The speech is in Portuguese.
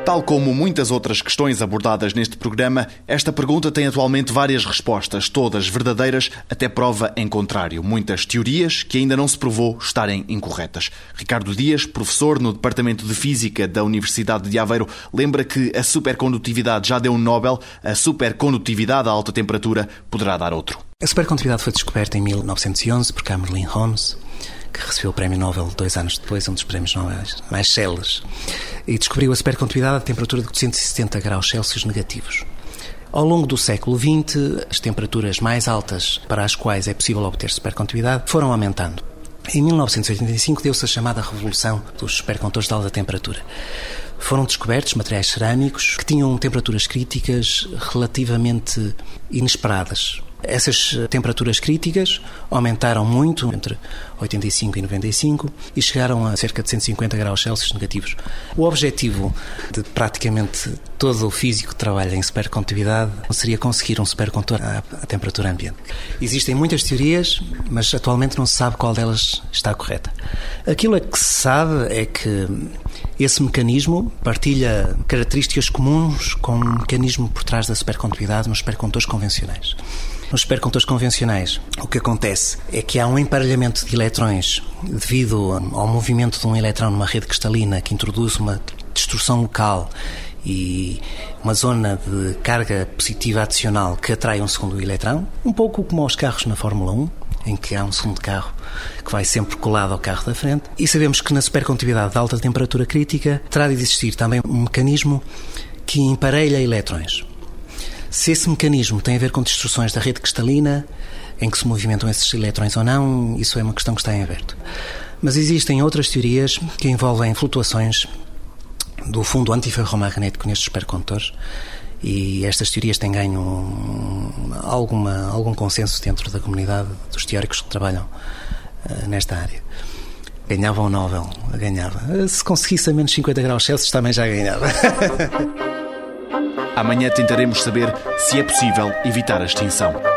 Tal como muitas outras questões abordadas neste programa, esta pergunta tem atualmente várias respostas, todas verdadeiras, até prova em contrário. Muitas teorias que ainda não se provou estarem incorretas. Ricardo Dias, professor no Departamento de Física da Universidade de Aveiro, lembra que a supercondutividade já deu um Nobel, a supercondutividade a alta temperatura poderá dar outro. A supercondutividade foi descoberta em 1911 por Camerlin Holmes, que recebeu o Prémio Nobel 2 anos depois, um dos prémios Nobel mais célebres, e descobriu a supercondutividade a temperatura de 270 graus Celsius negativos. Ao longo do século XX, as temperaturas mais altas para as quais é possível obter supercondutividade foram aumentando. Em 1985 deu-se a chamada revolução dos supercondutores de alta temperatura. Foram descobertos materiais cerâmicos que tinham temperaturas críticas relativamente inesperadas. Essas temperaturas críticas aumentaram muito entre 85 e 95 e chegaram a cerca de 150 graus Celsius negativos. O objetivo de praticamente todo o físico que trabalha em supercondutividade seria conseguir um supercondutor à temperatura ambiente. Existem muitas teorias, mas atualmente não se sabe qual delas está correta. Aquilo que se sabe é que esse mecanismo partilha características comuns com o mecanismo por trás da supercondutividade nos supercondutores convencionais. Nos supercondutores convencionais, o que acontece é que há um emparelhamento de eletrões devido ao movimento de um eletrão numa rede cristalina que introduz uma distorção local e uma zona de carga positiva adicional que atrai um segundo eletrão, um pouco como aos carros na Fórmula 1, em que há um segundo carro que vai sempre colado ao carro da frente. E sabemos que na supercondutividade de alta temperatura crítica terá de existir também um mecanismo que emparelha eletrões. Se esse mecanismo tem a ver com distorções da rede cristalina, em que se movimentam esses eletrões ou não, isso é uma questão que está em aberto. Mas existem outras teorias que envolvem flutuações do fundo antiferromagnético nestes supercondutores e estas teorias têm ganho algum consenso dentro da comunidade dos teóricos que trabalham nesta área. Ganhava o Nobel, ganhava. Se conseguisse a menos 50 graus Celsius também já ganhava. Amanhã tentaremos saber se é possível evitar a extinção.